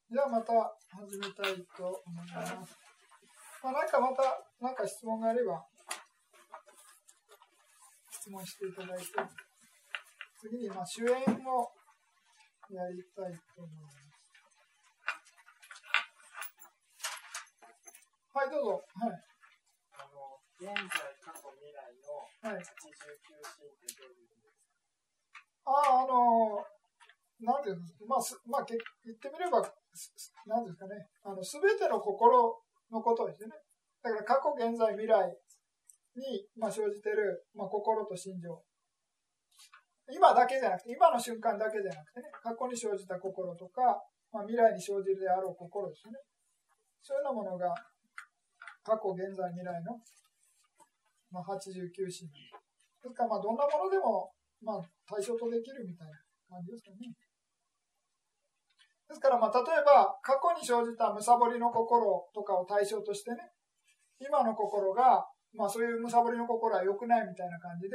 じゃあまた始めたいと思います。なんか質問があれば質問していただいて、次に主演をやりたいと思います。はい、どうぞ。はい。 現在、過去、未来の89シーンってどういう意味ですか？なんていうんですか、言ってみれば、なんですかね、すべての心のことですよね。だから過去、現在、未来に、生じている、心と心情。今だけじゃなくて、今の瞬間だけじゃなくてね、過去に生じた心とか、未来に生じるであろう心ですよね。そういうようなものが、過去、現在、未来の、89シーン。ですから、どんなものでも、対象とできるみたいな感じですかね。ですから、例えば、過去に生じたむさぼりの心とかを対象としてね、今の心が、そういうむさぼりの心は良くないみたいな感じで、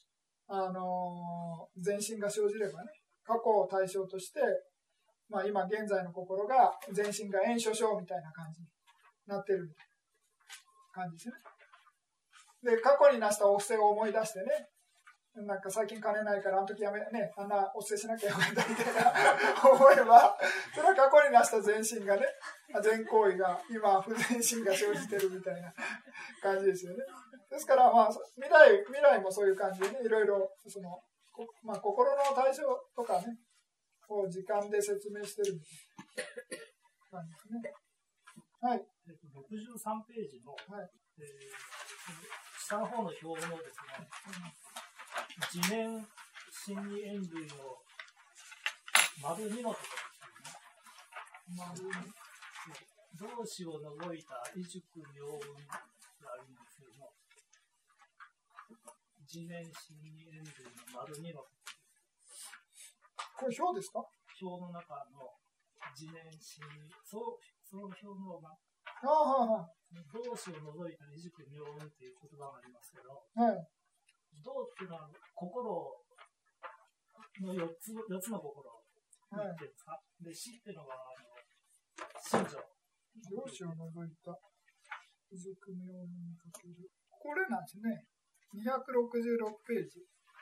前進が生じればね、過去を対象として、今現在の心が前進が炎症症みたいな感じになってるみたいな感じですね。で、過去になしたお布施を思い出してね、なんか最近金ないからあの時やめね、あんなお布施しなきゃよかったみたいな思えば、それは過去になした前進がね、前行為が今不前進が生じてるみたいな感じですよね。ですから未来もそういう感じでね、いろいろ心の対象とかねを時間で説明してる感じですね。はい。 63ページの、 はい、 下の方の表のですね、自然真理縁類の丸2のところですね。同志を除いた異熟妙運があるんですけども、自然真理縁類の丸2のところ。これ表ですか？ 表の中の自然真理、その表の同志を除いた異熟妙運という言葉がありますけど、 はい、 道っていうのは心の4つの心を言ってるんですか？で、死っていうのは心情。 同志を除いた異熟妙運にかける。これなんですね。266ページ。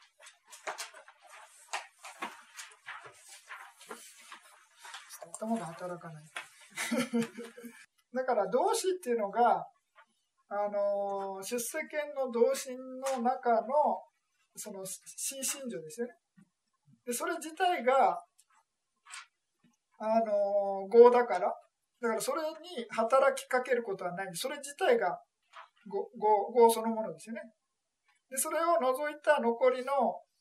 頭が働かない。だから動詞っていうのが、出世権の動詞の中のその心情ですよね。でそれ自体が業だからそれに働きかけることはない。それ自体が業そのものですよね。でそれを除いた残りの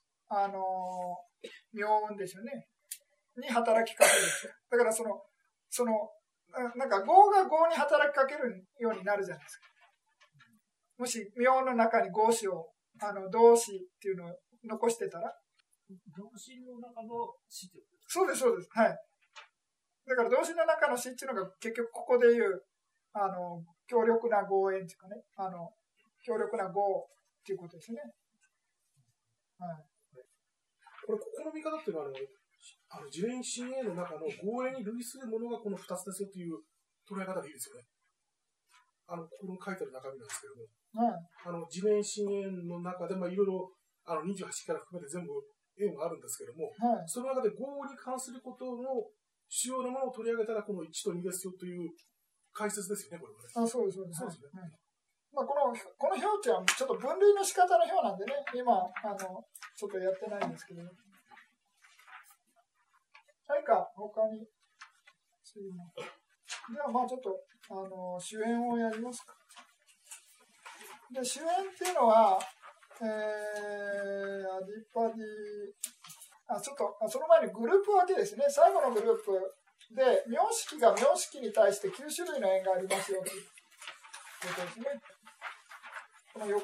妙運ですよね。に働きかける。だからなんか業が業に働きかけるようになるじゃないですか。もし妙の中に業詞を動詞っていうのを残してたら、 動詞の中の詞ってことですか？ そうですそうです。はい。だから動詞の中の詞っていうのが結局ここでいう強力な業縁っていうかね、強力な業っていうことですね。はい。 ここの見方っていうのは自然真縁の中の業縁に類するものがこの2つですよという捉え方でいいですよね。ここに書いてある中身なんですけども、自然真縁の中でいろいろ28から含めて全部縁があるんですけども、その中で業に関することの主要なものを取り上げたらこの1と2ですよという解説ですよね、これはね。 そうですそうです。そうですね。この表ってはちょっと分類の仕方の表なんでね、今ちょっとやってないんですけど、何か他にじゃあちょっと主演をやりますか。で主演っていうのは、アディパディちょっとその前にグループ分けですね。最後のグループで名式が名式に対して9種類の縁がありますよということですね。この表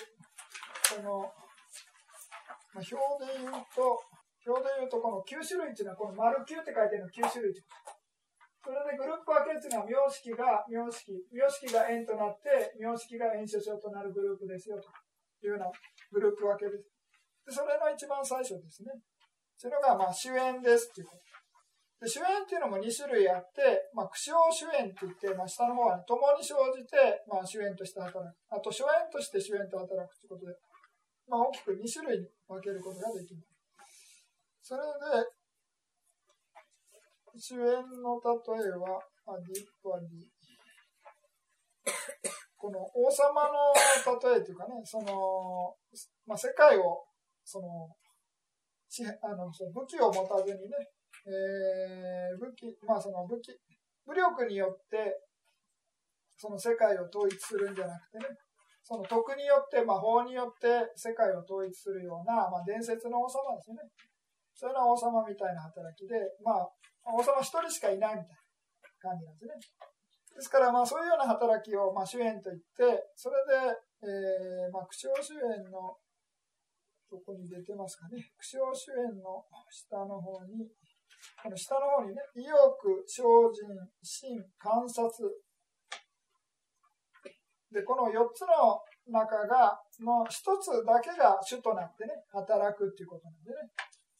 で言うとこの9種類っていうのはこの丸9って書いてるの9種類。それでグループ分けっていうのは名式が縁となって名式が縁所掌となるグループですよというようなグループ分けです。でそれの一番最初ですね。それが主縁ですっていうこと。 で主縁っていうのも2種類あって、苦笑主縁って言って、下の方は、ね、共に生じて、主縁として働く。あと、諸縁として主縁と働くということで、大きく2種類に分けることができます。それで、主縁の例えは、この王様の例えというかね、世界を、武器を持たずにね、武力によって、その世界を統一するんじゃなくてね、その徳によって、法によって世界を統一するような、伝説の王様ですね。そういうのは王様みたいな働きで、王様一人しかいないみたいな感じなんですね。ですから、そういうような働きを、主縁といって、それで、苦笑主縁の、どこに出てますかね、苦笑主縁の下の方に、この下の方にね、意欲、精進、心、観察。で、この4つの中の1つだけが主となってね、働くっていうことなんでね。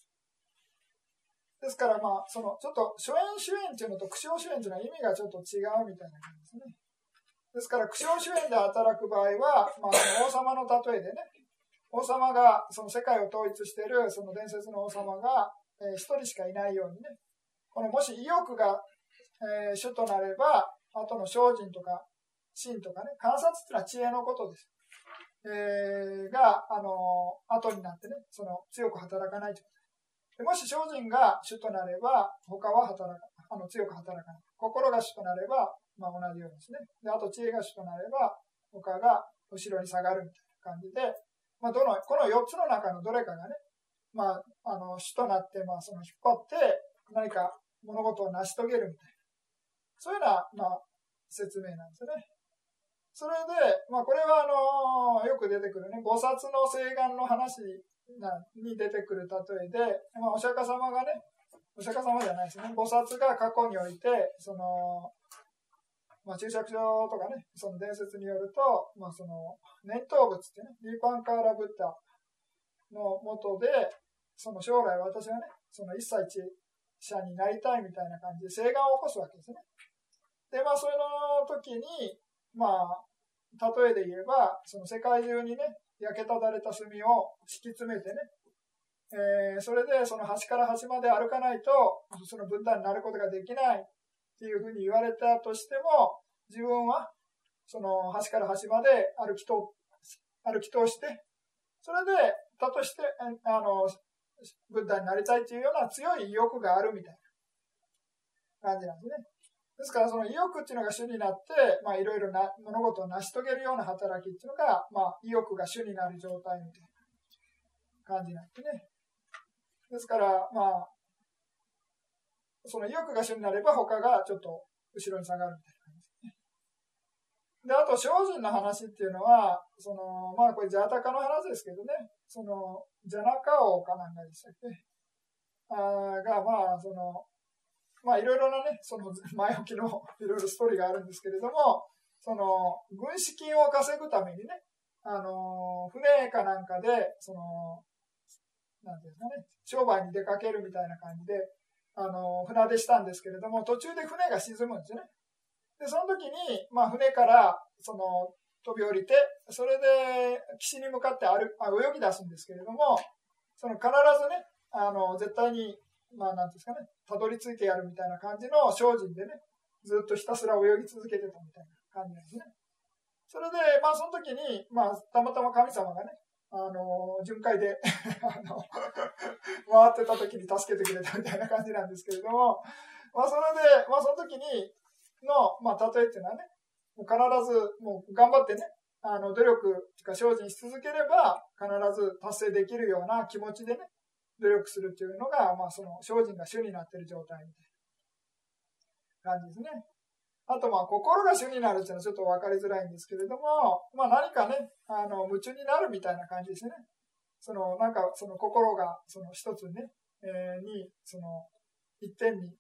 ですから、ちょっと、諸縁主縁っていうのと苦笑主縁っていうのは意味がちょっと違うみたいな感じですね。ですから、苦笑主縁で働く場合は、王様の例えでね、王様がその世界を統一しているその伝説の王様が一人しかいないようにね、このもし意欲が主となれば、あとの精進とか心とかね、観察っていうのは知恵のことです。が後になってね、その強く働かないということで、もし精進が主となれば、他は強く働かない。心が主となれば、同じようですね。で、あと知恵が主となれば、他が後ろに下がるみたいな感じで、この4つの中のどれかがね、主となって、その引っ張って何か物事を成し遂げるみたいな、そういうような、説明なんですね。それで、これはよく出てくるね、菩薩の誓願の話に出てくる例えで、お釈迦様がね、お釈迦様じゃないですね、菩薩が過去において、注釈書とかね、その伝説によると、その念頭仏ってね、ディーパンカーラブッダの下で、その将来私はね、その一切一者になりたいみたいな感じで誓願を起こすわけですね。で、その時に、例えで言えば、その世界中にね、焼けただれた炭を敷き詰めてね、それでその端から端まで歩かないと、その分断になることができないっていうふうに言われたとしても、自分はその端から端まで歩き通して、それでだとしてブッダになりたいというような強い意欲があるみたいな感じなんですね。ですからその意欲っていうのが主になって、いろいろな物事を成し遂げるような働きっていうのが、意欲が主になる状態みたいな感じなんですね。ですからその意欲が主になれば他がちょっと後ろに下がるみたいな感じですね。で、あと精進の話っていうのは、これジャタカの話ですけどね、そのジャナカ王かなんかでしたっけ、がいろいろなね、その前置きのいろいろストーリーがあるんですけれども、その軍資金を稼ぐためにね、船かなんかでなんていうんですかね、商売に出かけるみたいな感じで船出したんですけれども、途中で船が沈むんですね。で、その時に、船から飛び降りて、それで岸に向かって泳ぎ出すんですけれども、必ずね、絶対に、なんていうんですかね、たどり着いてやるみたいな感じの精進でね、ずっとひたすら泳ぎ続けてたみたいな感じなんですね。それで、その時に、たまたま神様がね、巡回で回ってた時に助けてくれたみたいな感じなんですけれども、それで、その時にの、例えっていうのはね、もう必ずもう頑張ってね、努力とか精進し続ければ必ず達成できるような気持ちでね、努力するっていうのが、その精進が主になっている状態みたいな感じですね。あと心が主になるっていうのはちょっと分かりづらいんですけれども、何かね、夢中になるみたいな感じですね。なんかその心がその一つね、に一点に、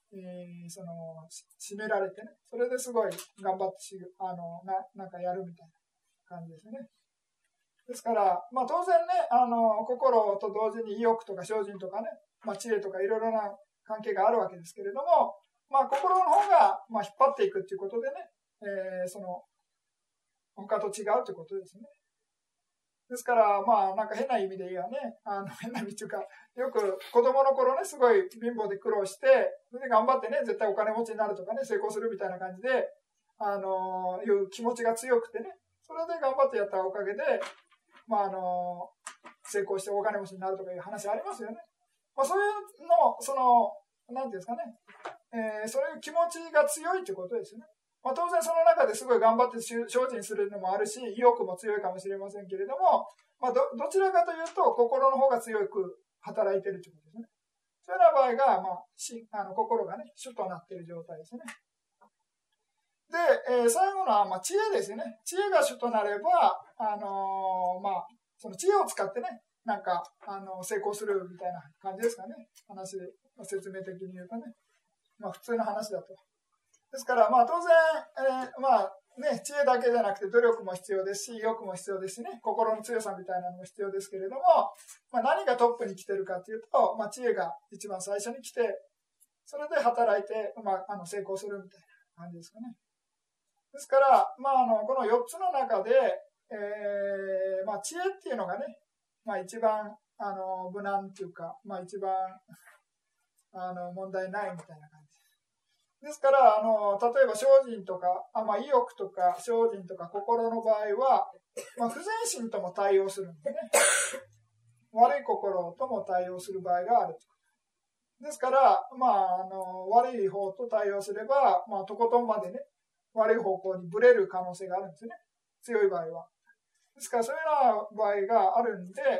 締められてね、それですごい頑張ってなんかやるみたいな感じですね。ですから、当然ね、心と同時に意欲とか精進とかね、知恵とかいろいろな関係があるわけですけれども、まあ、心の方が、まあ、引っ張っていくということでね、その他と違うということですね。ですから、まあ、なんか変な意味で言えばね、変な意味というか、よく子供の頃ね、すごい貧乏で苦労して、それで頑張ってね、絶対お金持ちになるとかね、成功するみたいな感じで、いう気持ちが強くてね、それで頑張ってやったおかげで、まあ、成功してお金持ちになるとかいう話ありますよね。まあ、そういうの、なんていうんですかね、そういう気持ちが強いということですよね。まあ、当然その中ですごい頑張って精進するのもあるし、意欲も強いかもしれませんけれども、まあ、どちらかというと心の方が強く働いているということですね。そういうような場合が、まあ、心がね、主となっている状態ですね。で、最後のは、まあ、知恵ですよね。知恵が主となれば、まあ、その知恵を使ってね、なんか、成功するみたいな感じですかね。説明的に言うとね。まあ、普通の話だと。ですから、まあ、当然、まあね、知恵だけじゃなくて努力も必要ですし、意欲も必要ですしね、心の強さみたいなのも必要ですけれども、まあ、何がトップに来てるかというと、まあ、知恵が一番最初に来て、それで働いて、まあ、成功するみたいな感じですかね。ですから、まあ、この4つの中で、まあ、知恵っていうのがね、まあ、一番無難っていうか、まあ、一番問題ないみたいな感じですから、例えば精進とか、まあ、意欲とか精進とか心の場合は、まあ、不全心とも対応するんでね、悪い心とも対応する場合がある。ですから、まあ、悪い方と対応すれば、まあ、とことんまでね、悪い方向にブレる可能性があるんですね、強い場合は。ですからそういうような場合があるんで、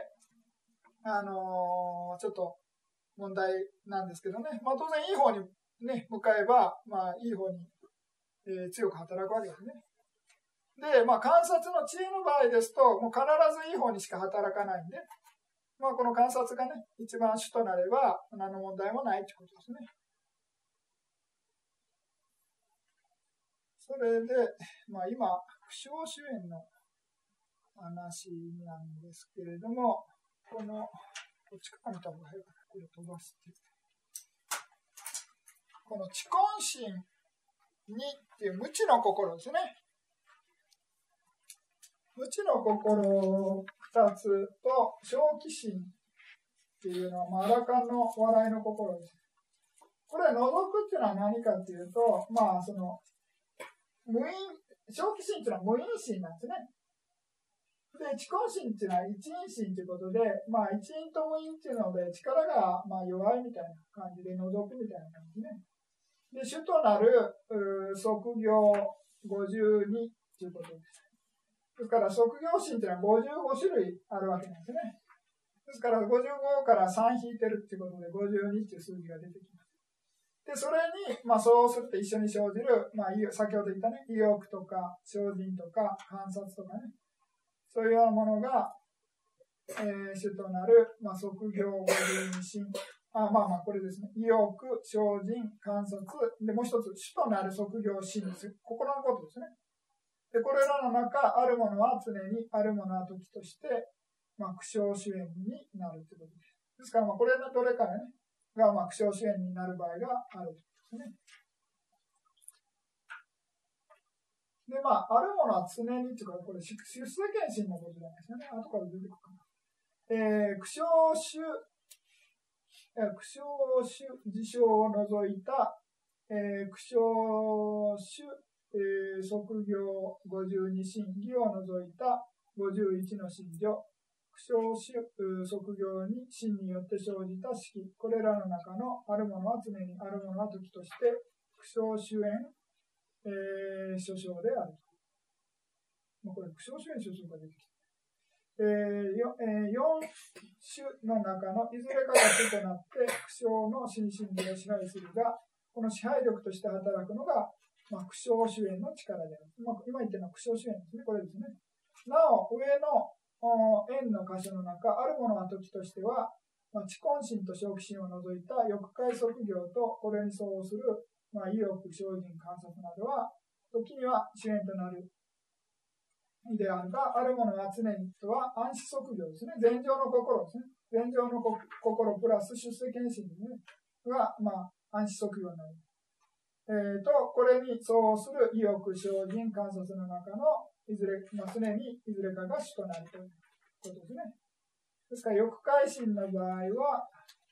ちょっと問題なんですけどね、まあ、当然いい方にね、向かえば、まあ、いい方に、強く働くわけですね。で、まあ、観察の知恵の場合ですと、もう必ずいい方にしか働かないんで、まあ、この観察がね、一番主となれば、何の問題もないということですね。それで、まあ、今、不祥主演の話なんですけれども、こっちから見た方がいいかな、これ飛ばして。この知根心にっていう無知の心ですね。無知の心2つと正気心っていうのは、まあ、アラカンの笑いの心です。これ、除くっていうのは何かっていうと、まあ、その、正気心っていうのは無因心なんですね。で、知根心っていうのは一因心ということで、まあ、一因と無因っていうので、力がまあ弱いみたいな感じで、除くみたいな感じね。で、主となる職業52ということです。ですから、職業心というのは55種類あるわけなんですね。ですから、55から3引いてるということで、52という数字が出てきます。で、それに、まあ、そうすると一緒に生じる、まあ、先ほど言ったね、意欲とか、精進とか、観察とかね、そういうようなものが、主となる、まあ、職業52心。まあこれですね。意欲、精進、観察。で、もう一つ、主となる職業心です。心のことですね。で、これらの中、あるものは常に、あるものは時として、まあ、苦笑主演になるということです。ですから、まあ、これのどれかね、が、まあ、苦笑主演になる場合があるということですね。で、まあ、あるものは常にというか、これ、出世検診のことじゃないですよね。後から出てくるかな。苦笑主事象を除いた、苦笑主、職業52心義を除いた51の心情、苦笑主、職業に心によって生じた式、これらの中のあるものは常に、あるものは時として、苦笑主演、諸相である。これ、苦笑主演諸相が出てきた。4種の中のいずれかが主となって苦笑の心身で支配するが、この支配力として働くのが、まあ、苦笑主演の力である。まあ、今言ってるのは苦笑主演ですね。これですね。なお、上の円の箇所の中、あるものは時としては、まあ、知根心と正気心を除いた欲界職業とこれに相応する、まあ、意欲、精進、観察などは、時には主演となるであるが、あるものは常にとは暗視職業ですね。禅情の心ですね。禅情の心プラス出世検診ですね。 が、暗視測量になる。これに相応する意欲、精進、観察の中のいずれ、常にいずれかが主となるということですね。ですから、欲界心の場合は、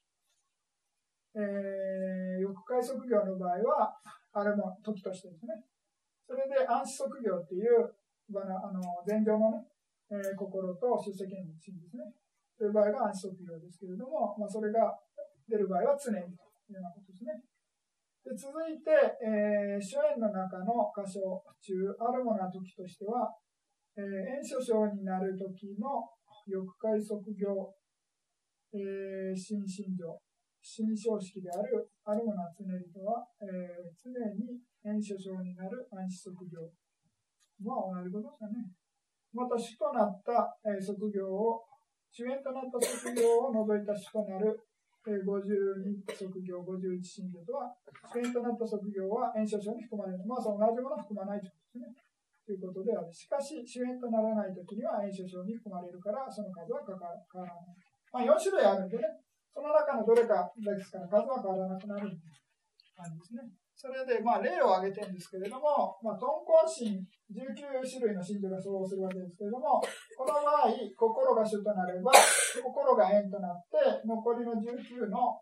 欲界測量の場合は、あれも時としてですね。それで暗視測量っていう前上のね、心と出世権の心ですね。という場合が暗視測量ですけれども、それが出る場合は常にというようなことですね。で続いて、諸縁の中の箇所中、あるものな時としては、縁諸相になる時の欲界測量、心身上、心象式であるあるものは常にとは、常に縁諸相になる暗視測量。同じことですよね。また主となった、測量を、主縁となった測量を除いた主となる52測量、51心情とは、主縁となった測量は縁諸相に含まれる。その同じものを含まないということですね。ということである。しかし、主縁とならないときには縁諸相に含まれるから、その数は変わらない。4種類あるんでね、その中のどれかですから数は変わらなくなる感じですね。それで、例を挙げてるんですけれども、敦煌心、19種類の心情が相応するわけですけれども、この場合、心が主となれば、心が縁となって、残りの19の、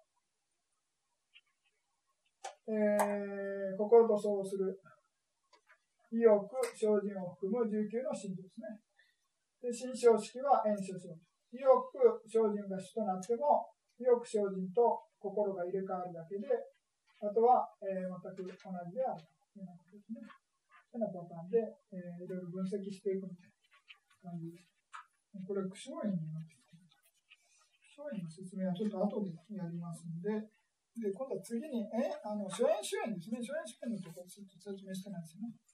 心と相応する意欲、精進を含む19の心情ですね。で、心象式は縁諸相。意欲、精進が主となっても、意欲、精進と心が入れ替わるだけで、あとは、全く同じであるというようなことですね。このパターンで、いろいろ分析していくみたいな感じです。これ、苦笑院になってきて、苦笑院の説明はちょっと後でやりますので、今度は次に、諸縁諸縁ですね。諸縁諸縁のところをちょっと説明してないですね。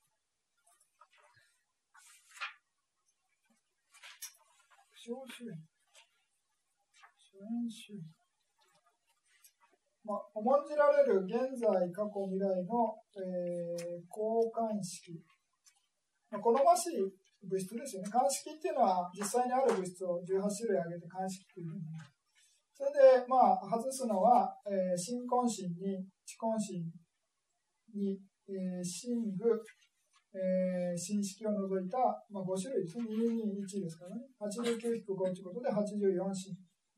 諸縁諸縁諸縁。重んじられる現在、過去、未来の、交換式。好ましい物質ですよね。鑑識っていうのは実際にある物質を18種類挙げて鑑識というふうに。それで、外すのは、真根心に、知根心に、真具、真式を除いた、5種類ですね。221ですからね。89-5ということで84心。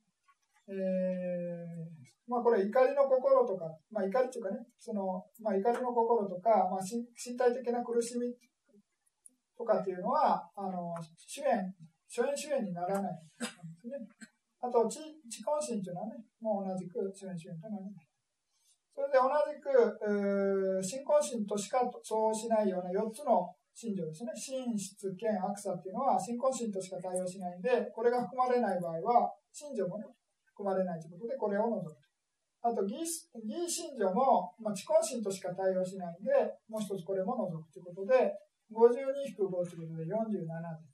これ怒りの心とか、怒りというかね、怒りの心とか、身体的な苦しみとかっていうのは、諸縁にならないんですね。あと、知根心というのはね、もう同じく諸縁とならない。それで同じく、真根心としかそうしないような4つの心情ですね。真、質、見、悪さっていうのは、真根心としか対応しないんで、これが含まれない場合は、心情もね、含まれないということで、これを除く。あと、義心情も、知根心としか対応しないんで、もう一つこれも除くということで、52-5ということで47です。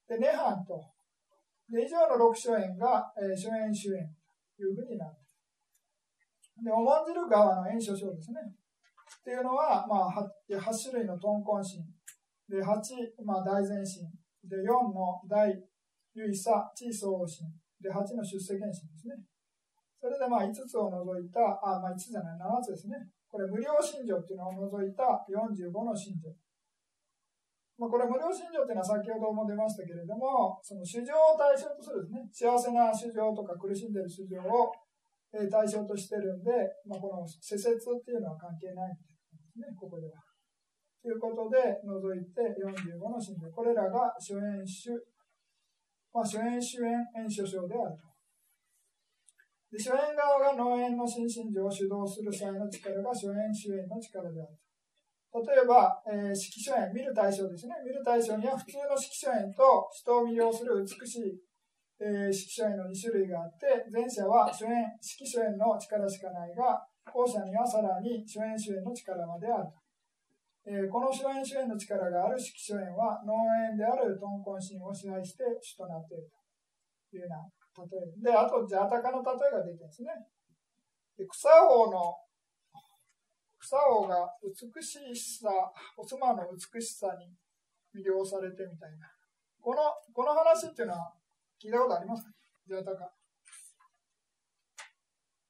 で、涅槃と、以上の6諸縁が、諸縁主縁というふうになる。で、重んじる側の縁諸相ですね。っていうのは、8種類の敦煌心。で、8、大前心。で、4の大唯差、地相応心。で、8の出世原心ですね。それで5つを除いた、5つじゃない、7つですね。これ無料心情っていうのを除いた45の心情。これ無料心情っていうのは先ほども出ましたけれども、その衆生を対象とするですね、幸せな衆生とか苦しんでいる衆生を対象としてるんで、この施設っていうのは関係ないんですね、ここでは。ということで、除いて45の心情。これらが諸縁主、諸縁主縁、縁諸相であると。で、諸縁側が農縁の心身情を主導する際の力が諸縁主縁の力であると。例えば、色諸縁、見る対象ですね。見る対象には普通の色諸縁と人を魅了する美しい、色諸縁の2種類があって、前者は色諸縁の力しかないが、後者にはさらに諸縁主縁の力まであると。この諸縁主縁の力がある色諸縁は農縁である敦煌心を支配して主となっているというような例えで、あとジャタカの例えが出てるんですね。で、草王が美しさ、お妻の美しさに魅了されてみたいな。この話っていうのは聞いたことありますか？ジャタカ。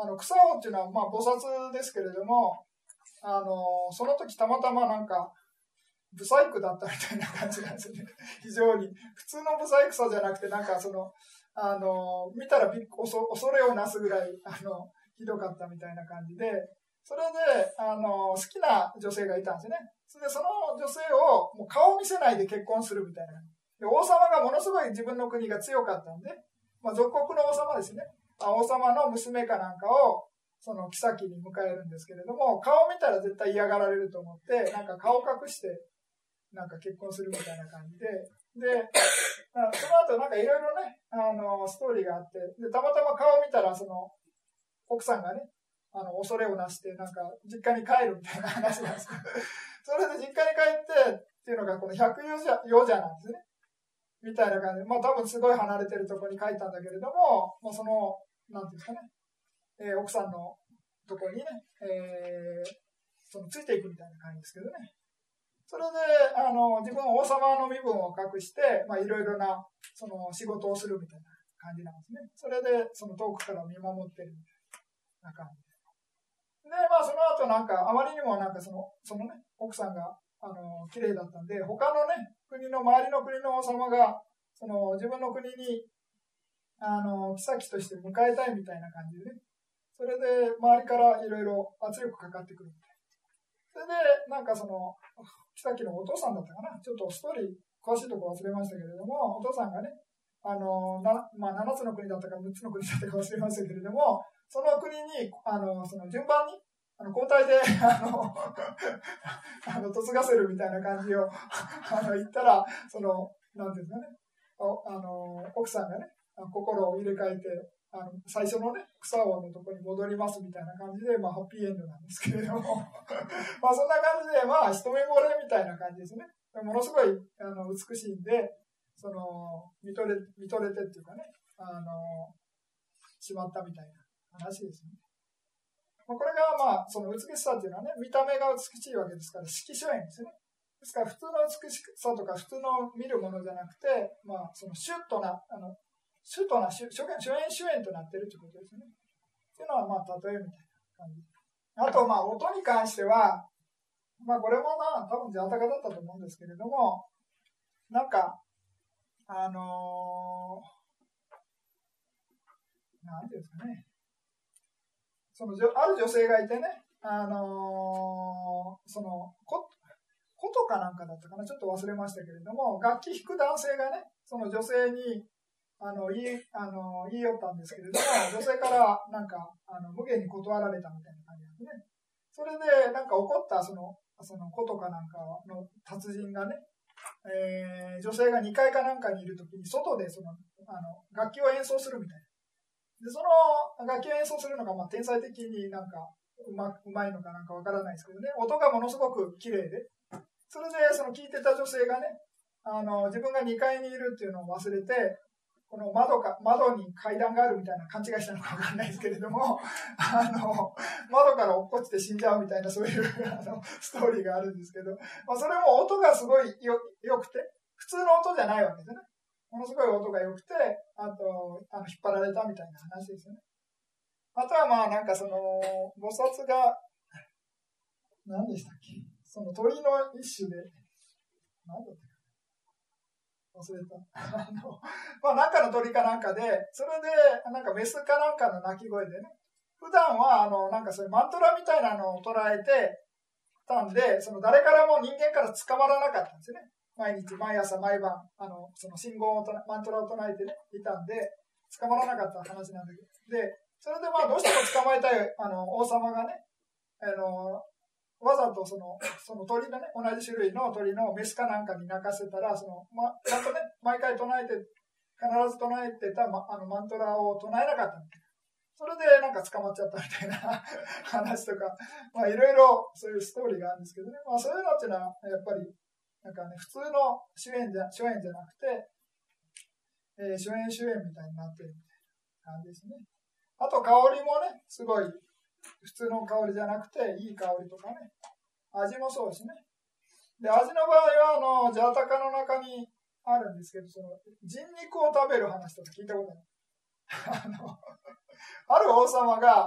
草王っていうのは、まあ、菩薩ですけれども、その時たまたまなんか、ブサイクだったみたいな感じなんですよね。非常に。普通のブサイクさじゃなくて、なんか見たら恐れをなすぐらい、ひどかったみたいな感じで、それで、好きな女性がいたんですよね。それで、その女性をもう顔を見せないで結婚するみたいな。で、王様がものすごい自分の国が強かったんで、まあ、属国の王様ですね。王様の娘かなんかを、その妃に迎えるんですけれども、顔を見たら絶対嫌がられると思って、なんか顔を隠して、なんか結婚するみたいな感じで、で、その後なんかいろいろね、ストーリーがあって、で、たまたま顔を見たら、その、奥さんがね、恐れをなして、なんか、実家に帰るみたいな話なんですけど、それで実家に帰ってっていうのが、この百葉社なんですね。みたいな感じで、まあ多分すごい離れてるところに書いたんだけれども、まあその、なんていうんですかね、奥さんのところにね、そのついていくみたいな感じですけどね。それで、自分は王様の身分を隠して、まあいろいろな、その仕事をするみたいな感じなんですね。それで、その遠くから見守ってるみたいな感じです。で、まあその後なんか、あまりにもなんかそのね、奥さんが、綺麗だったんで、他のね、周りの国の王様が、その自分の国に、妃として迎えたいみたいな感じでね。それで、周りからいろいろ圧力かかってくるみたいな。それで、なんかその、妃のお父さんだったかな。ちょっとストーリー、詳しいところ忘れましたけれども、お父さんがね、まあ、7つの国だったか6つの国だったか忘れましたけれども、その国に、その順番に、交代で、嫁がせるみたいな感じを、言ったら、その、なんていうんですかね、奥さんがね、心を入れ替えて、最初のね、草王のところに戻りますみたいな感じで、まあ、ハッピーエンドなんですけれども、まあ、そんな感じで、まあ、一目惚れみたいな感じですね。ものすごい、美しいんで、その、見とれてっていうかね、しまったみたいな話ですね。これが、まあ、その美しさっていうのはね、見た目が美しいわけですから、色朱縁ですね。ですから、普通の美しさとか、普通の見るものじゃなくて、まあ、そのシュッとな、主演主演となっているということですね。っていうのは、まあ、例えみたいな感じ。あと、まあ、音に関しては、まあ、これもまあ、多分ジャタカだったと思うんですけれども、なんか、なんていうんですかね。そのある女性がいてね、その琴かなんかだったかな、ちょっと忘れましたけれども、楽器弾く男性がね、その女性に言いよったんですけれども、女性からなんか無限に断られたみたいな感じなんですね。それでなんか怒ったその琴かなんかの達人がね、女性が2階かなんかにいるときに外でその楽器を演奏するみたいな。で、その楽器を演奏するのが、まあ、天才的になんかうまいのかなんかわからないですけどね、音がものすごく綺麗で、それでその聴いてた女性がね、自分が2階にいるっていうのを忘れて、この窓に階段があるみたいな勘違いしたのかわからないですけれども、窓から落っこちて死んじゃうみたいな、そういうストーリーがあるんですけど、まあ、それも音がすごい良くて、普通の音じゃないわけですね。ものすごい音が良くて、あと、引っ張られたみたいな話ですよね。あとはまあ、なんかその、菩薩が、何でしたっけ、その鳥の一種で、何だったか忘れた。まあ、なんかの鳥かなんかで、それで、なんかメスかなんかの鳴き声でね、普段は、なんかそういうマントラみたいなのを捉えてたんで、その誰からも人間から捕まらなかったんですよね。毎朝、毎晩、その信号をマントラを唱えてね、いたんで、捕まらなかった話なんだけど。で、それでまあ、どうしても捕まえたい、王様がね、わざとその鳥のね、同じ種類の鳥のメスかなんかに鳴かせたら、ちゃんとね、毎回必ず唱えてた、マントラを唱えなかったみたいな。それでなんか捕まっちゃったみたいな話とか、まあいろいろそういうストーリーがあるんですけどね。まあそういうのっていうのは、やっぱり、なんかね、普通の主演じゃなくて、主演みたいになってるみたいな感じですね。あと香りもね、すごい、普通の香りじゃなくて、いい香りとかね、味もそうですね。で、味の場合は、ジャタカの中にあるんですけど、その、人肉を食べる話とか聞いたことない。ある王様が、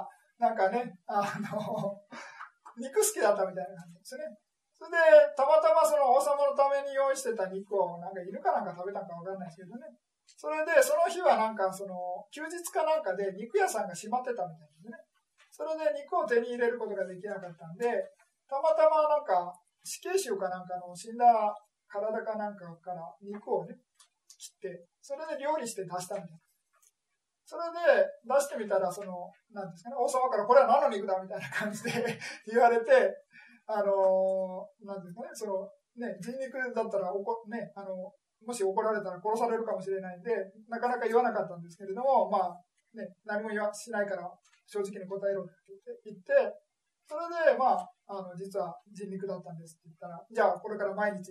なんかね、肉好きだったみたいな感じですね。それで、たまたまその王様のために用意してた肉を、なんか犬かなんか食べたんかわかんないですけどね。それで、その日はなんかその、休日かなんかで肉屋さんが閉まってたみたいですね。それで肉を手に入れることができなかったんで、たまたまなんか、死刑囚かなんかの死んだ体かなんかから肉をね、切って、それで料理して出したみたいな。それで出してみたら、その、なんですかね、王様からこれは何の肉だみたいな感じで言われて、なんですかね、その、ね、人肉だったらね、もし怒られたら殺されるかもしれないんで、なかなか言わなかったんですけれども、まあ、ね、何もしないから正直に答えろって言って、それで、まあ、実は人肉だったんですって言ったら、じゃあこれから毎日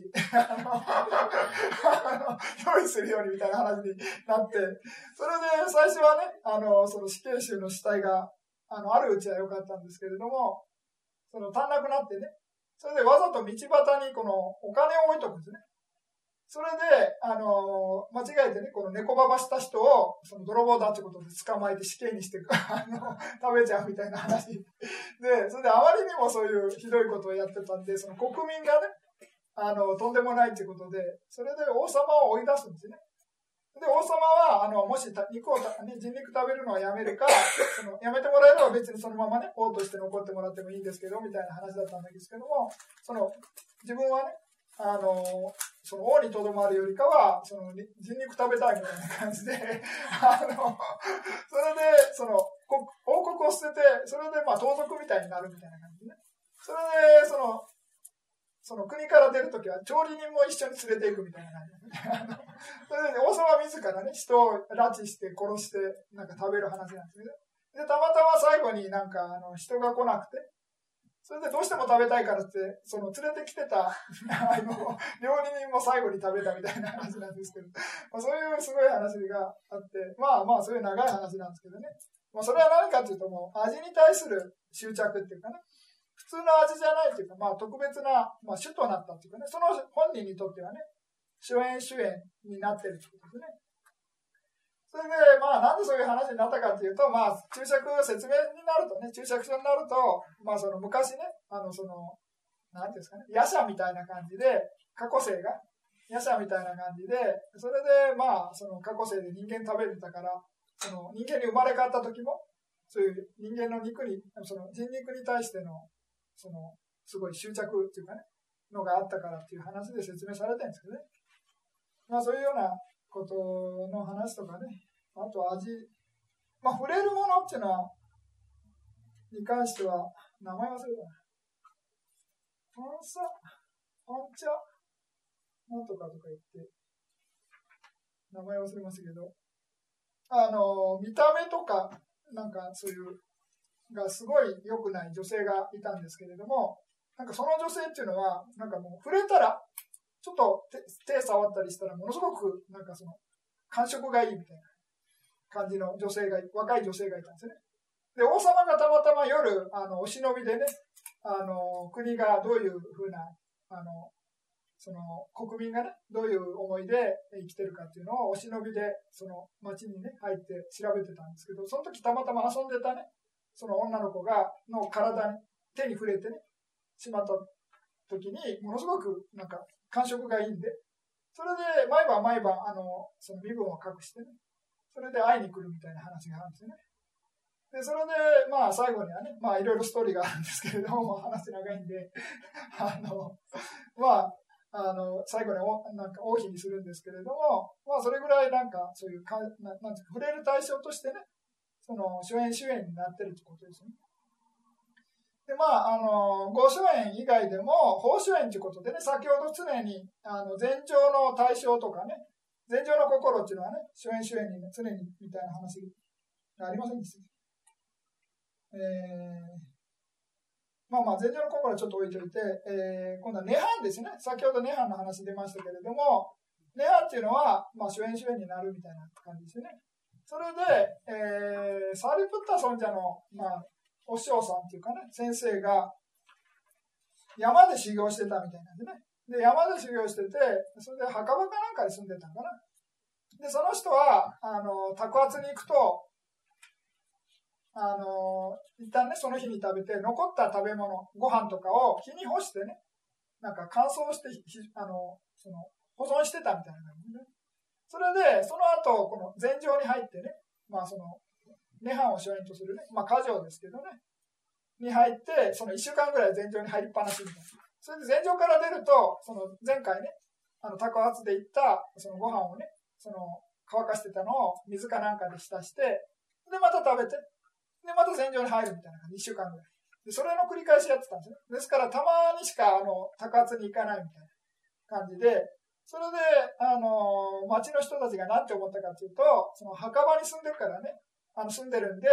用意するようにみたいな話になって、それで最初はね、その死刑囚の死体があるうちは良かったんですけれども、その足んなくなってね、それでわざと道端にこのお金を置いとくんですね。それで、間違えてね、この猫ばばした人を、その泥棒だってことで捕まえて死刑にして、食べちゃうみたいな話。で、それであまりにもそういうひどいことをやってたんで、その国民がね、とんでもないってことで、それで王様を追い出すんですね。で、王様は、もし肉を、ね、人肉食べるのはやめるか、やめてもらえれば別にそのままね、王として残ってもらってもいいんですけど、みたいな話だったんですけども、自分はね、その王にとどまるよりかは、その人肉食べたいみたいな感じで、それで、王国を捨てて、それでまあ盗賊みたいになるみたいな感じでね。それで、その国から出るときは調理人も一緒に連れていくみたいな感じで、ね、それで、王様自らね、人を拉致して殺して、なんか食べる話なんですけど、で、たまたま最後になんか人が来なくて、それでどうしても食べたいからって、その連れてきてた料理人も最後に食べたみたいな話なんですけど、まあ、そういうすごい話があって、まあまあそういう長い話なんですけどね。まあそれは何かというともう味に対する執着っていうかね、普通の味じゃないというか、まあ特別な、まあ主となったというかね、その本人にとってはね、主演になってるということですね。それで、まあ、なんでそういう話になったかというと、まあ、注釈説明になるとね、注釈書になると、まあ、その昔ね、なんていうんですかね、夜叉みたいな感じで、過去生が、夜叉みたいな感じで、それで、まあ、その過去生で人間食べてたから、その人間に生まれ変わった時も、そういう人間の肉に、その人肉に対しての、すごい執着っていうかね、のがあったからっていう話で説明されてるんですけどね。まあ、そういうようなことの話とかね、あと味、まあ、触れるものっていうのは、に関しては、名前忘れたな。パンチャ、なんとかとか言って、名前忘れましたけど、見た目とか、なんかそういう、がすごい良くない女性がいたんですけれども、なんかその女性っていうのは、なんかもう触れたら、ちょっと手触ったりしたら、ものすごく、なんか感触がいいみたいな感じの女性が、若い女性がいたんですね。で、王様がたまたま夜、お忍びでね、国がどういうふうな、国民がね、どういう思いで生きてるかっていうのをお忍びで、その町にね、入って調べてたんですけど、その時たまたま遊んでたね、その女の子の体に、手に触れてね、しまった時に、ものすごくなんか感触がいいんで、それで毎晩その身分を隠してね、それで会いに来るみたいな話があるんですよね。で、それで、まあ最後にはね、まあいろいろストーリーがあるんですけれども、話長いんで、まあ、最後になんか王妃にするんですけれども、まあそれぐらいなんかそういうなんていうか触れる対象としてね、その主演になってるってことですよね。で、まあ、合主演以外でも、法主演ということでね、先ほど常に、禅情の対象とかね、禅情の心っていうのはね、主演に常にみたいな話がありませんでした。まあまあ、禅情の心はちょっと置いといて、今度は涅槃ですね。先ほど涅槃の話出ましたけれども、涅槃っていうのは、まあ、主演になるみたいな感じですね。それで、サリプッタ尊者の、まあ、お師匠さんっていうかね、先生が山で修行してたみたいなんでね。で、山で修行してて、それで墓場かなんかに住んでたのかな。で、その人は、宅発に行くと、 一旦ね、その日に食べて、残った食べ物、ご飯とかを日に干してね、なんか乾燥して、その保存してたみたいな感じでね。それで、その後、この禅定に入ってね、その、涅槃を主演とするね、過定ですけどね、に入って、その1週間ぐらい禅定に入りっぱなしみたいな。それで禅定から出ると、その前回ね、タコ発で行った、そのご飯をね、その乾かしてたのを水かなんかで浸して、で、また食べて、で、また禅定に入るみたいな感じ、1週間ぐらい。で、それの繰り返しやってたんですね。ですから、たまにしか、タコ発に行かないみたいな感じで、それで、町の人たちが何て思ったかというと、その墓場に住んでるからね、住んでるんで、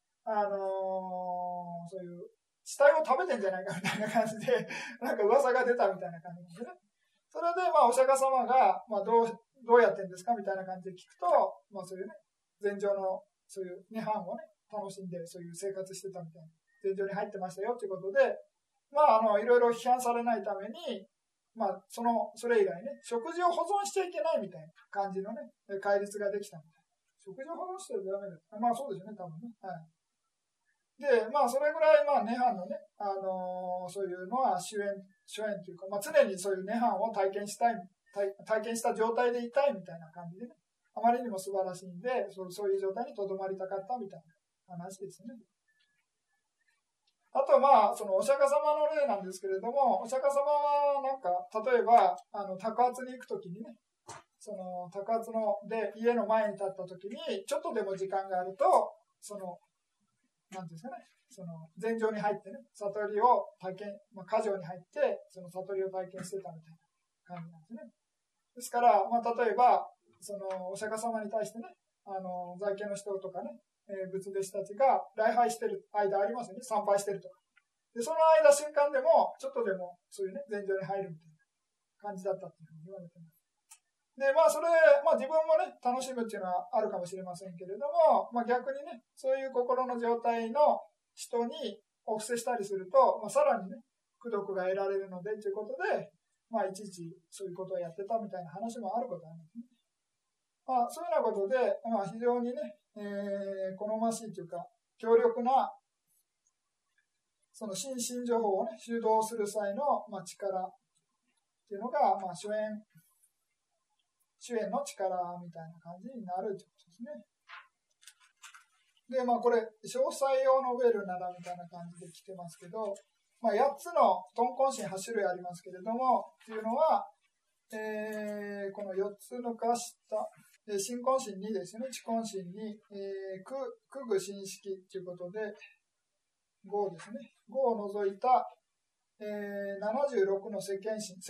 そういう死体を食べてんじゃないかみたいな感じで、なんか噂が出たみたいな感じなんでね。それで、お釈迦様が、どうやってんですかみたいな感じで聞くと、そういうね、禅定の、そういう涅槃をね、楽しんで、そういう生活してたみたいな、禅定に入ってましたよということで、いろいろ批判されないために、それ以来ね、食事を保存しちゃいけないみたいな感じのね、戒律ができたみたいな。食事を保存してはダメだ。そうですよね、多分ね。はい。で、それぐらい、涅槃のね、そういうのは主演というか、常にそういう涅槃を体験した状態でいたいみたいな感じでね、あまりにも素晴らしいんで、そういう状態に留まりたかったみたいな話ですね。あとそのお釈迦様の例なんですけれども、お釈迦様はなんか、例えば、托発に行くときにね、その托発で家の前に立ったときに、ちょっとでも時間があると、なんていうんですかね、その禅定に入ってね、悟りを体験、果定に入って、その悟りを体験してたみたいな感じなんですね。ですから、例えば、そのお釈迦様に対してね、在家の人とかね、仏弟子たちが礼拝してる間ありますよね、参拝してるとか。で、その間瞬間でも、ちょっとでもそういうね、禅定に入るみたいな感じだったっていうふうに言われてます。で、それ、自分もね、楽しむっていうのはあるかもしれませんけれども、逆にね、そういう心の状態の人にお布施したりすると、さらにね、功徳が得られるのでということで、いちいちそういうことをやってたみたいな話もあることなんですね。そういうようなことで、非常にね、好ましいというか、強力な、その心身情報をね、修道する際の、力っていうのが、主演の力みたいな感じになるということですね。で、これ、詳細を述べるならみたいな感じで来てますけど、8つの頓根心8種類ありますけれども、っていうのは、この4つ抜かした、心根心2ですね、知根心2、苦具心識ということで、5ですね。5を除いた、76の世間心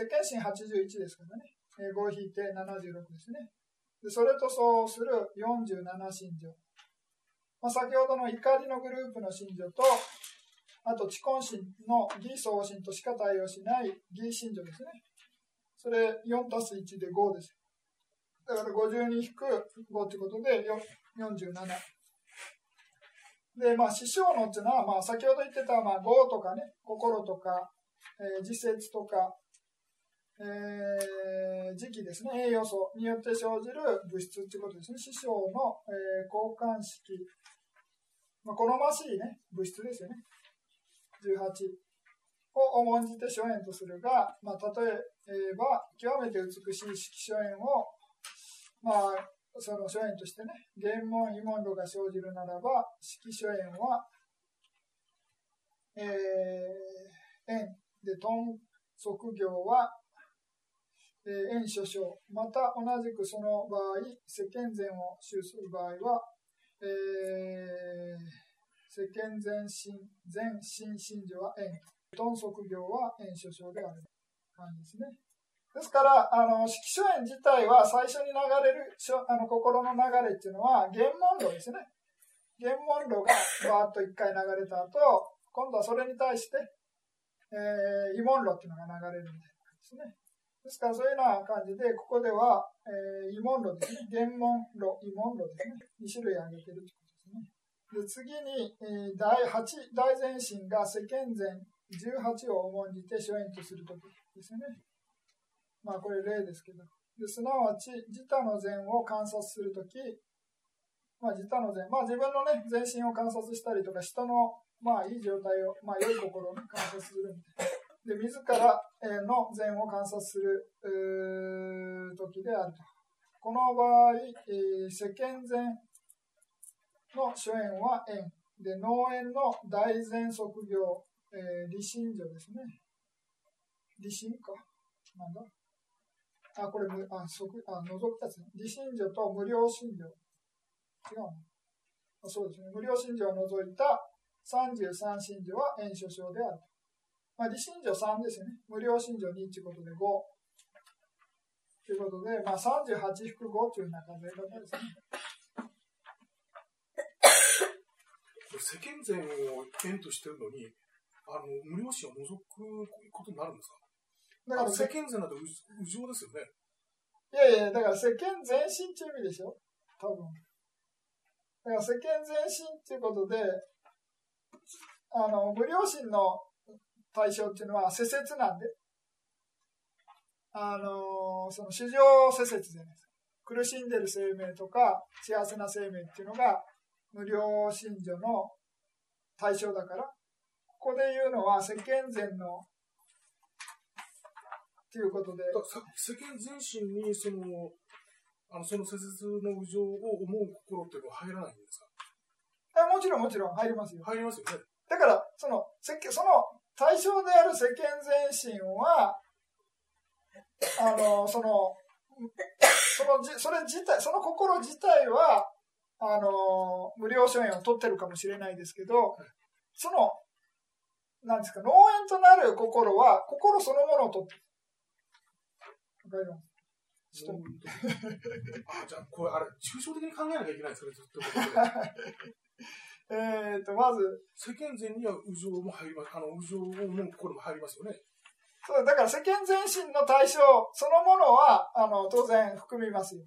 81ですからね。5を引いて76ですね。でそれとそうする47心情。先ほどの怒りのグループの心情と、あと知根心の義相心としか対応しない義心情ですね。それ4たす1で5です。だから52引く5ということで47。で、師匠のっていうのは、先ほど言ってた、業とかね、心とか、自節とか、時期ですね、栄養素によって生じる物質ということですね。師匠の、交換式、好ましいね、物質ですよね。18を重んじて諸縁とするが、例えば、極めて美しい色諸縁を、その諸縁としてね、言問、異問路が生じるならば、色諸縁は、縁で、頓則行は、縁諸生。また同じくその場合、世間善を修する場合は、世間善心信条は縁。頓則行は縁諸生である感じですね。ですから、色諸縁自体は最初に流れる心の流れっていうのは言問路ですね。言問路がバーッと一回流れた後、今度はそれに対して、異問路っていうのが流れるみたいな感じですね。ですからそういうような感じで、ここでは、異問路ですね。言問路、異問路ですね。2種類挙げてるということですね。で次に、大前心が世間善18を重んじて諸縁とするときですね。これ例ですけど。すなわち、自他の善を観察するとき、 自他の善、自分のね、全身を観察したりとか、人の、いい状態を、良い心を観察するみたいな。で、自らの善を観察する時であると。この場合、世間善の諸縁は縁。で、農縁の大善即業、利心所ですね。利心か。なんだこれ、除くやつね。利心所と無料心所。違うの？そうですね。無料心所を除いた33心所は縁所生である。利心所3ですよね。無料心所2ということで5。ということで、38引く5という中で方ですね。 世間善を縁としてるのに、無料心を除くことになるんですか？だから世間善だと無常ですよね。 いやいや、だから世間善心っていう意味でしょ、多分。だから世間善心っていうことで、無料心の対象っていうのは世節なんで、その衆生世節じゃないですか。苦しんでる生命とか幸せな生命っていうのが無料心所の対象だから、ここで言うのは世間善のということで、 世間善心にその世節の無常を思う心っていうのは入らないんですか？ もちろん入りますよ。 入りますよね。 だからその対象である世間善心はその心自体は無料諸縁を取ってるかもしれないですけど、なんですか、農縁となる心は心そのものを取ってる。わかります？ じゃあこれ抽象的に考えなきゃいけないんですかね、ずっと。 まず世間善には無常も入ります。無常を思う心も入りますよね。 そうだから世間善心の対象そのものは当然含みますよ。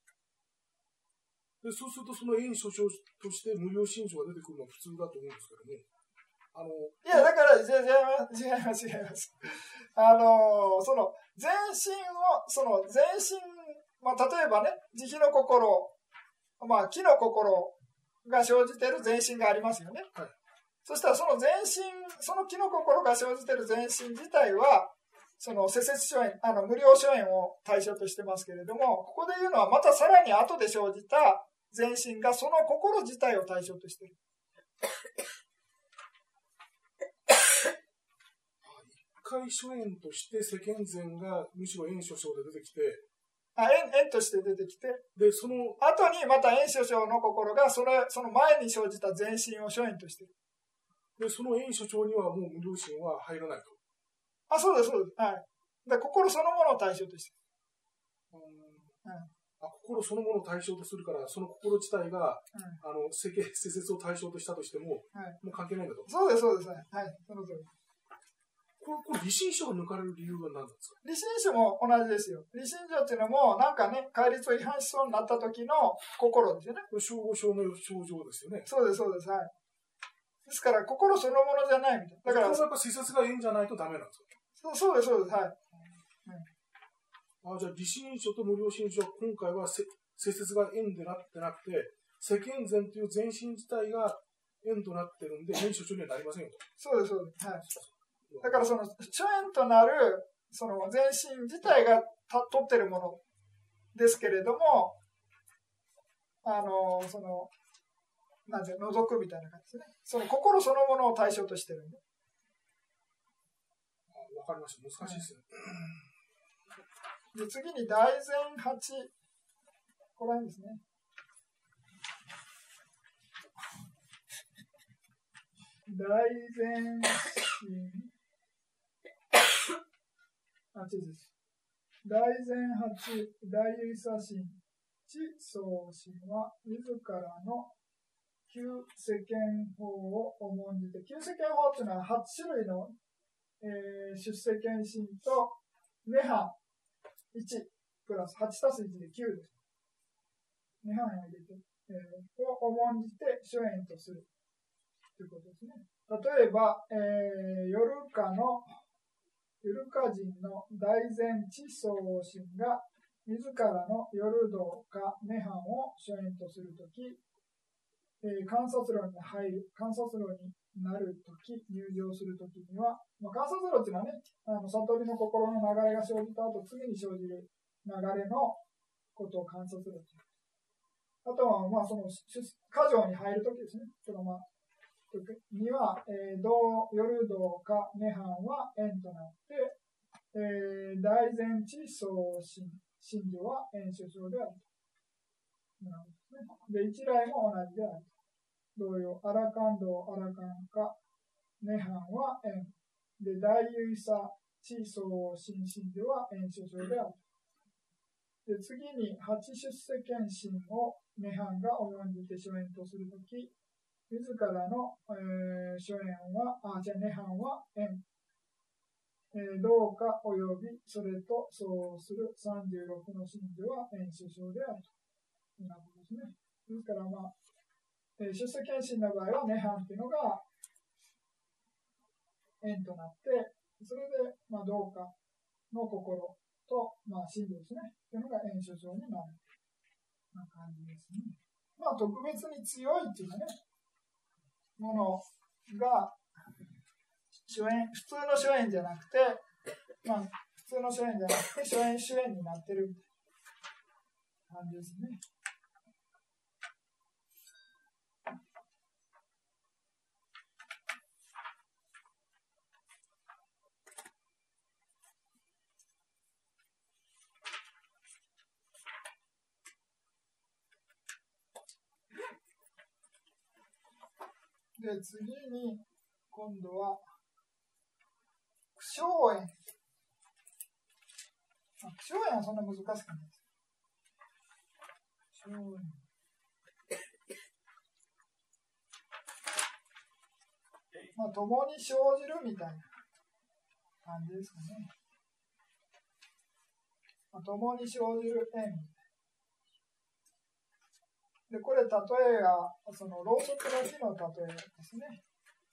でそうするとその縁所生として無料心情が出てくるのは普通だと思うんですけども、 いやだから違います。その全身を全身、例えばね、慈悲の心、気の心が生じている全身がありますよね。 はい、 そしたらその気の心が生じている全身自体はその世節諸縁、無料諸縁を対象としてますけれども、ここで言うのはまたさらに後で生じた全身がその心自体を対象としている。 一回諸縁として世間善がむしろ縁所生で出てきて、 縁として出てきて、 でその後にまた縁所生の心がその前に生じた全身を諸縁としている。 でその縁所生にはもう無料心は入らないと。 そうです。はい。で心そのものを対象としている。 心そのものを対象とするから、その心自体が、世節を対象としたとしても、もう関係ないんだと。 そうです。はい。その通り。 これ利心所が抜かれる理由は何なんですか？ 利心所も同じですよ。利心所っていうのも、なんかね、戒律を違反しそうになった時の心ですよね。 これ小五小の症状ですよね。 そうです。はい。ですから、心そのものじゃないみたいな。だから、 これはやっぱ世節がいいんじゃないとダメなんですか？ そうです。はい。 じゃあ利心所と無料心所は今回は世節が縁でなってなくて、世間善という全身自体が縁となってるんで、縁所長にはなりませんよと。 そうです。はい。だからその諸縁となるその全身自体が取ってるものですけれども、なんて除くみたいな感じですね。その心そのものを対象としてるんで。 わかりました。難しいですね。 で次に大善8、ここら辺ですね。大善心。大善8、大唯差心、知相心は自らの旧世間法を重んじて、旧世間法というのは8種類の、出世間心と涅槃1プラス8たす1で9です。涅槃を入れて、を重んじて諸縁とするということですね。例えば、ヨルカ人の大善知相心が自らの夜道か涅槃を諸縁とするとき、 観察路に入る、観察路になるとき、入場するときには、観察路っていうのはね、悟りの心の流れが生じた後、次に生じる流れのことを観察路という。あとは、その、過剰に入るときですね。そのには、夜道か涅槃は縁となって、大前地相心、心情は縁所生である。で、一来も同じである。同様、アラカン道、アラカンか、涅槃は縁。で、大唯差、地相心心情は縁所生である。で、次に、八出世間心を涅槃が及んで諸縁とするとき、自らの、諸縁は、涅槃は縁。どうか及びそれとそうする36の心情は縁所生であるということですね。ですから、出世間心の場合は涅槃というのが縁となって、それで、どうかの心と、心情ですね。というのが縁所生になるという感じですね。特別に強いというかね、ものが普通の諸縁じゃなくて、普通の諸縁じゃなくて、諸縁になってる感じですね。で、次に、今度は、苦笑縁。苦笑縁はそんな難しくないです。苦笑縁。共に生じるみたいな感じですかね。共に生じる縁。で、これ、例えが、その、ろうそくの火の例えですね。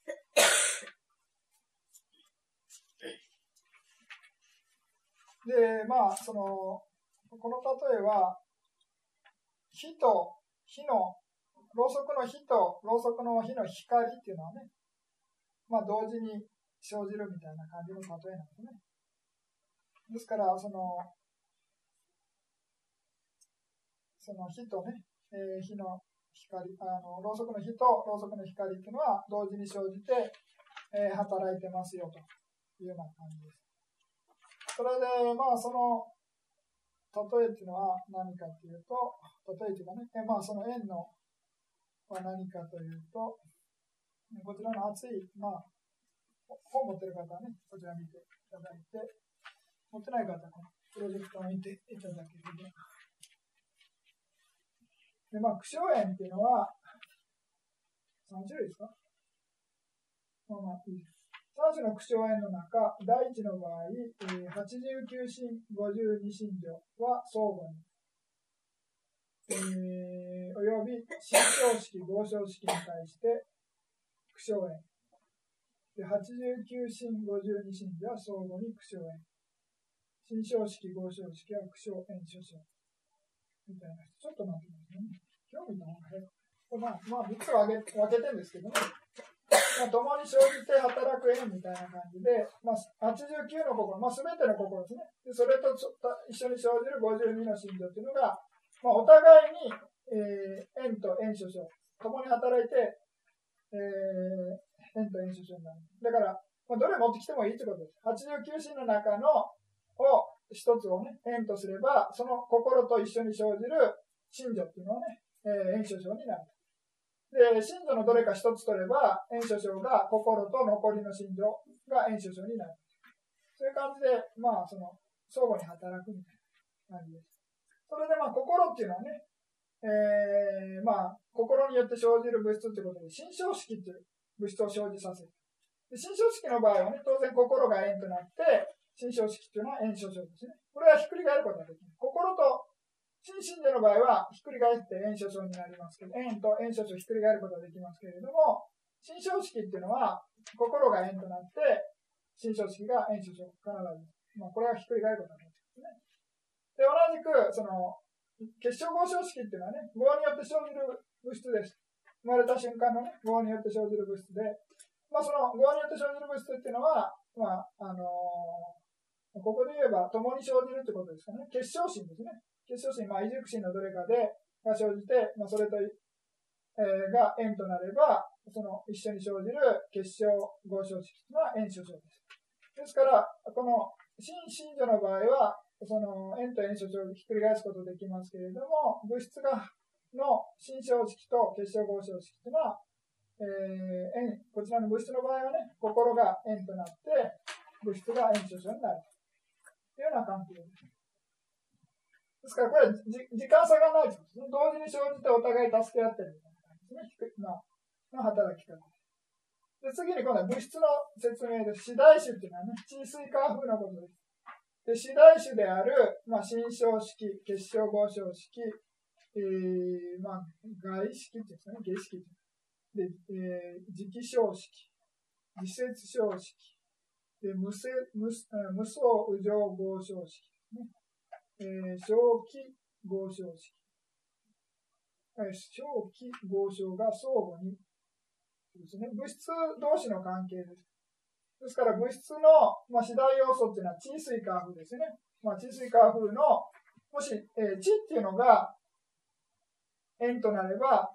で、その、この例えは、火と火の、ろうそくの火とろうそくの火の光っていうのはね、同時に生じるみたいな感じの例えなんですね。ですから、その火とね、火の光、ろうそくの火とろうそくの光っていうのは同時に生じて、働いてますよというような感じです。それで、その例えっていうのは何かというと、例えというかね、その円のは何かというと、こちらの厚い、本持ってる方はね、こちら見ていただいて、持ってない方はこのプロジェクトを見ていただければ。で、苦笑縁っていうのは、3種類ですか？いいです。3種の苦笑縁の中、第1の場合、89心、52心情は相互に、および心象式、合唱式に対して苦笑縁。で、89心、52心情は相互に苦笑縁。心象式、合唱式は苦笑縁諸生。みたいな。ちょっと待ってくださいね。興味の方が早く。3つ分けてるんですけどね。共に生じて働く縁みたいな感じで、89の心、全ての心ですね。で、それと一緒に生じる52の心情というのが、お互いに、縁と縁所生、共に働いて、縁と縁所生になる。だから、どれ持ってきてもいいということです。89心の中のを一つをね、縁とすれば、その心と一緒に生じる心情っていうのはね、縁所生になる。で、心情のどれか一つ取れば、縁所生が心と残りの心情が縁所生になる。そういう感じで、その、相互に働くみたいな感じです。それで、心っていうのはね、心によって生じる物質ということで、心象式という物質を生じさせる。で、心象式の場合はね、当然心が縁となって、心象式というのは縁所生ですね。これはひっくり返ることができる。心と心身での場合はひっくり返って縁所生になりますけど、縁と縁所生ひっくり返ることができますけれども、心象式っていうのは心が縁となって、心象式が縁所生、必ず。これはひっくり返ることができますね。で、同じく、その、結晶合唱式っていうのはね、合によって生じる物質です。 生まれた瞬間のね、合によって生じる物質で、その合によって生じる物質っていうのは、ここで言えば、共に生じるってことですかね。結晶心ですね。結晶心、異熟心のどれかが生じて、それと、が縁となれば、その一緒に生じる結晶合生式というのは縁所生です。ですから、この真信女の場合は、その縁と縁所生をひっくり返すことできますけれども、物質の真生式と結晶合生式というのは、こちらの物質の場合はね、心が縁となって、物質が縁所生になるというような関係です。ですから、これは時間差がないですね。同時に生じてお互い助け合ってるみたいな感じですね。の働き方で、次に今度は物質の説明です。四大種っていうのはね、地水化風のことです。で、四大種である、真生式、結晶合生式、外式っていうんですかね、下式で、磁気生式、自節生式、で無相右上合生式ですね。小気合生式。小気合生が相互にですね。物質同士の関係です。ですから物質の、四大要素っていうのは地水化風ですね。地水化風の、もし、地っていうのが円となれば、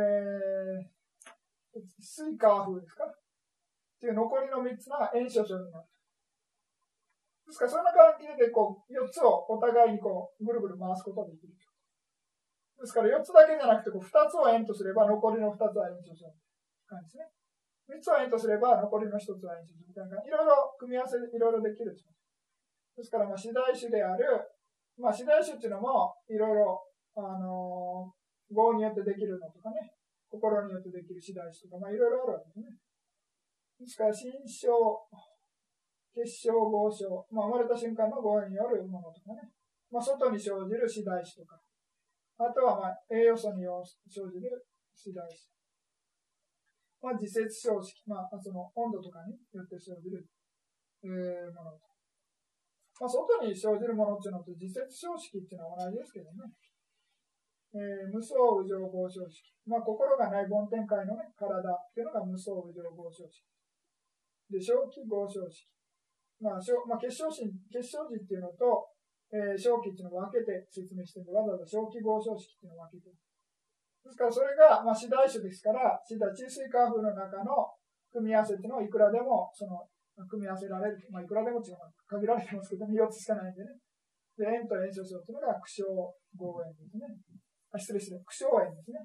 水化風ですかっていう残りの3つが円所生になる。ですからそんな関係で4つをお互いにぐるぐる回すことができる。ですから4つだけじゃなくて2つを円とすれば残りの2つは円所生という感じですね。3つを円とすれば残りの1つは円所生みたいな、いろいろ組み合わせいろいろできる。ですから四大種である、四大種っていうのもいろいろ業によってできるのとかね、心によってできる四大種とかいろいろあるわけですね。ですから心象、結晶合生、生まれた瞬間の業によるものとかね、外に生じる四大種とか、あとは栄養素に生じる四大種。自節生式、その温度とかによって生じる、ものと。外に生じるものっていうのと自節生式っていうのは同じですけどね。無相右上合生式。心がない梵天界のね、体っていうのが無相右上合生式。で、小気合生式。結晶時っていうのと、小気っていうのを分けて説明してるので、わざわざ小気合生式っていうのを分けてる。ですからそれが、四大種ですから、地水化風の中の組み合わせっていうのをいくらでも組み合わせられる。いくらでも違う。限られてますけど、4つしかないんでね。で、円と円所生っていうのが苦笑合円ですね。苦笑円ですね。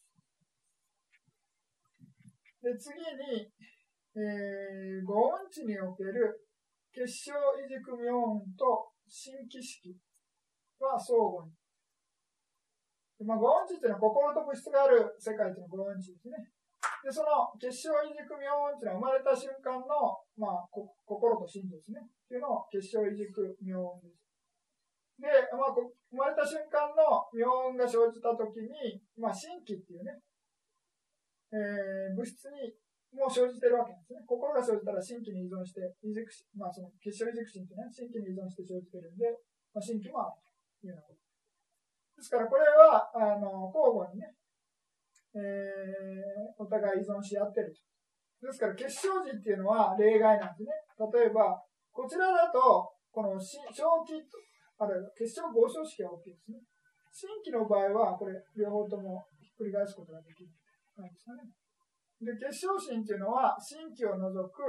で、次に、五音地における結晶異軸妙音と新気式は相互に。五音地っていうのは心と物質がある世界っていうのが五音地ですね。で、その結晶異軸妙音っていうのは生まれた瞬間の、心と心ですね。っていうのを結晶異軸妙音です。で、生まれた瞬間の妙音が生じたときに、心気っていうね、物質にもう生じてるわけですね。心が生じたら心気に依存して、その結晶異軸心ってね、心気に依存して生じてるんで、心気もあるというようなこと。ですから、これは、交互にね、お互い依存し合ってると。ですから、結晶時っていうのは例外なんですね。例えば、こちらだと、この小気と、あるいは結晶合生式が大きいですね。心気の場合は、これ、両方ともひっくり返すことができる感じですかね。で、結晶心っていうのは、心気を除く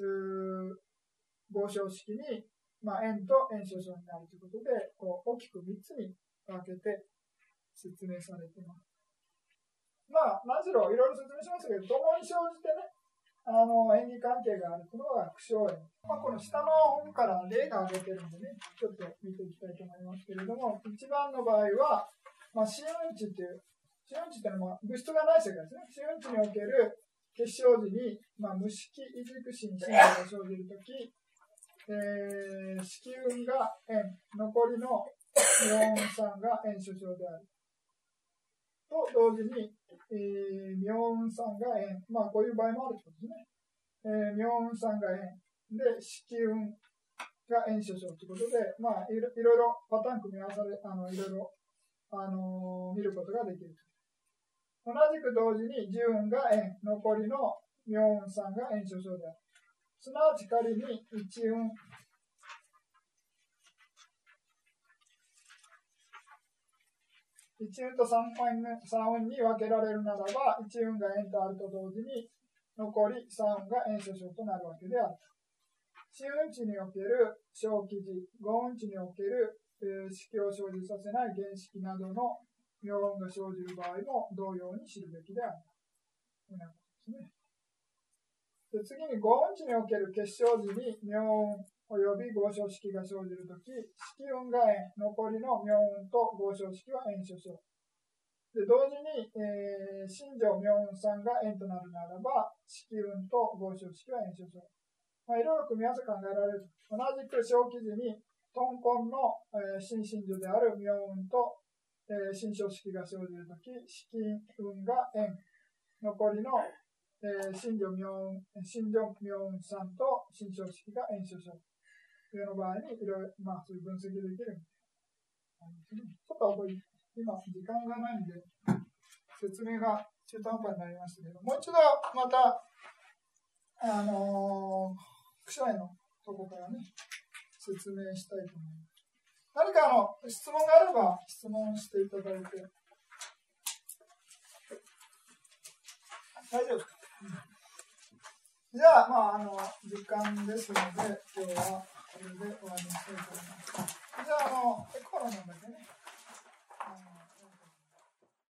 合生式に、円と円所生になるということで、大きく3つに分けて説明されています。何しろいろいろ説明しましたけど、共に生じてね、縁起関係があるというのが苦笑縁。この下の本から例が挙げてるんでね、ちょっと見ていきたいと思いますけれども、1番の場合は、真運地っていう、真運地っていうのは物質がない世界ですね。真運地における結晶時に、無色異軸心、心が生じるとき、色運が円、残りの妙音3が円所生である。と同時に、妙音3が円、こういう場合もあるということですね。妙音3が円で、色運が円所生ということで、いろいろパターン組み合わされ、いろいろ見ることができる。 同じく同時に10運が円、残りの明運3が円所掌である。すなわち仮に1運、1運と3運に分けられるならば、1運が円とあると同時に、残り3運が円所掌となるわけである。四運値における小記事、五運値における式を生じさせない原式などの明運が生じる場合も同様に知るべきである。ということですね。で次に五運値における結晶時に明運および合掌式が生じるとき、式運が円、残りの明運と合掌式は円所掌。で同時に、真正明運3が円となるならば、式運と合掌式は円所掌。いろいろ組み合わせ考えられる。同じく小記事に豚根の、真真女である明運と、真正式が生じるとき、式運が円、残りの真正明運3と真正式が円所掌というの場合にいろいろ、そういう分析できるみたいな。ちょっと今時間がないんで説明が中途半端になりましたけど、もう一度また副社員のとこからね説明したいと思います。何か質問があれば質問していただいて大丈夫ですか？じゃあ、時間ですので、今日はこれで終わりにしたいと思います。じゃあ、エコーなんだけどね。